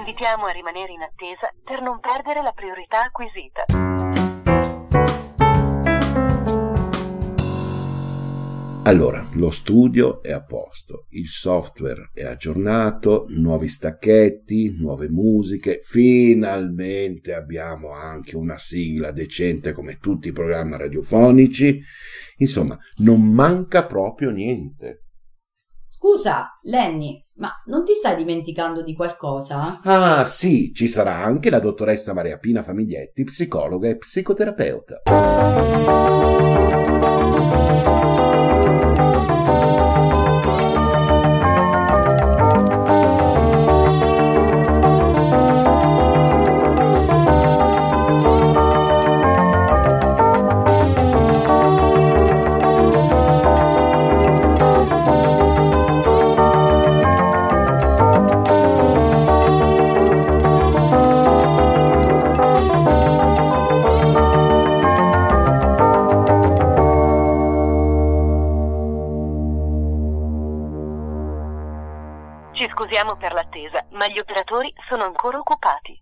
invitiamo a rimanere in attesa per non perdere la priorità acquisita. Allora, lo studio è a posto, il software è aggiornato, nuovi stacchetti, nuove musiche, finalmente abbiamo anche una sigla decente come tutti i programmi radiofonici, insomma, non manca proprio niente. Scusa, Lenny, ma non ti stai dimenticando di qualcosa? Ah sì, ci sarà anche la dottoressa Maria Pina Famiglietti, psicologa e psicoterapeuta. Ci scusiamo per l'attesa, ma gli operatori sono ancora occupati.